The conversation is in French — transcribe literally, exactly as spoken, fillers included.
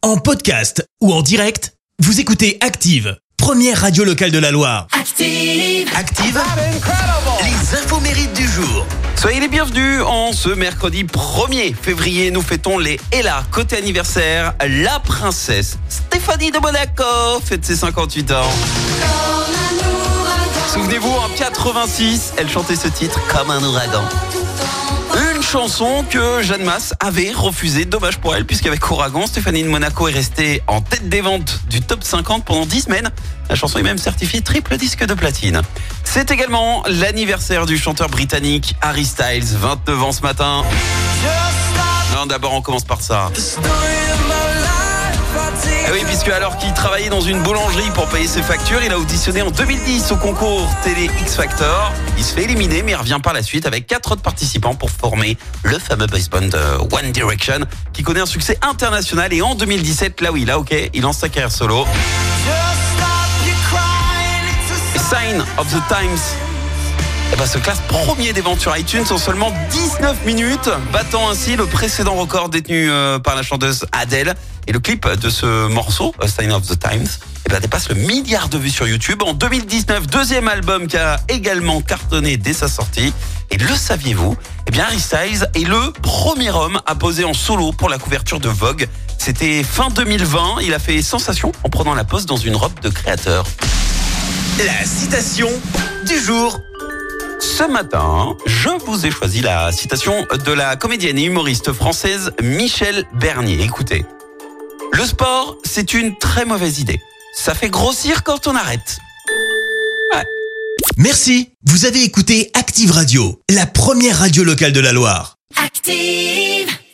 En podcast ou en direct, vous écoutez Active, première radio locale de la Loire. Active, Active, les infos mérites du jour. Soyez les bienvenus en ce mercredi premier février. Nous fêtons les Ella. Côté anniversaire, la princesse Stéphanie de Monaco fête ses cinquante-huit ans. Souvenez-vous, en quatre-vingt-six, elle chantait ce titre comme un ouragan. Une chanson que Jeanne Masse avait refusée, dommage pour elle, puisqu'avec Ouragan, Stéphanie de Monaco est restée en tête des ventes du top cinquante pendant dix semaines. La chanson est même certifiée triple disque de platine. C'est également l'anniversaire du chanteur britannique Harry Styles, vingt-neuf ans ce matin. Non, d'abord on commence par ça. Eh oui, puisque alors qu'il travaillait dans une boulangerie pour payer ses factures, il a auditionné en deux mille dix au concours télé X Factor. Il se fait éliminer, mais il revient par la suite avec quatre autres participants pour former le fameux boys band One Direction, qui connaît un succès international. Et en deux mille dix-sept, là oui, là ok, il lance sa carrière solo. Et Sign of the Times eh ben, se classe premier des ventes sur iTunes en seulement dix-neuf minutes, battant ainsi le précédent record détenu euh, par la chanteuse Adele. Et le clip de ce morceau, A Sign of the Times, eh ben, dépasse le milliard de vues sur YouTube. En deux mille dix-neuf, deuxième album qui a également cartonné dès sa sortie. Et le saviez-vous ? Eh bien, Harry Styles est le premier homme à poser en solo pour la couverture de Vogue. C'était fin deux mille vingt. Il a fait sensation en prenant la pose dans une robe de créateur. La citation du jour. Ce matin, je vous ai choisi la citation de la comédienne et humoriste française Michel Bernier. Écoutez. Le sport, c'est une très mauvaise idée. Ça fait grossir quand on arrête. Ouais. Merci, vous avez écouté Active Radio, la première radio locale de la Loire. Active.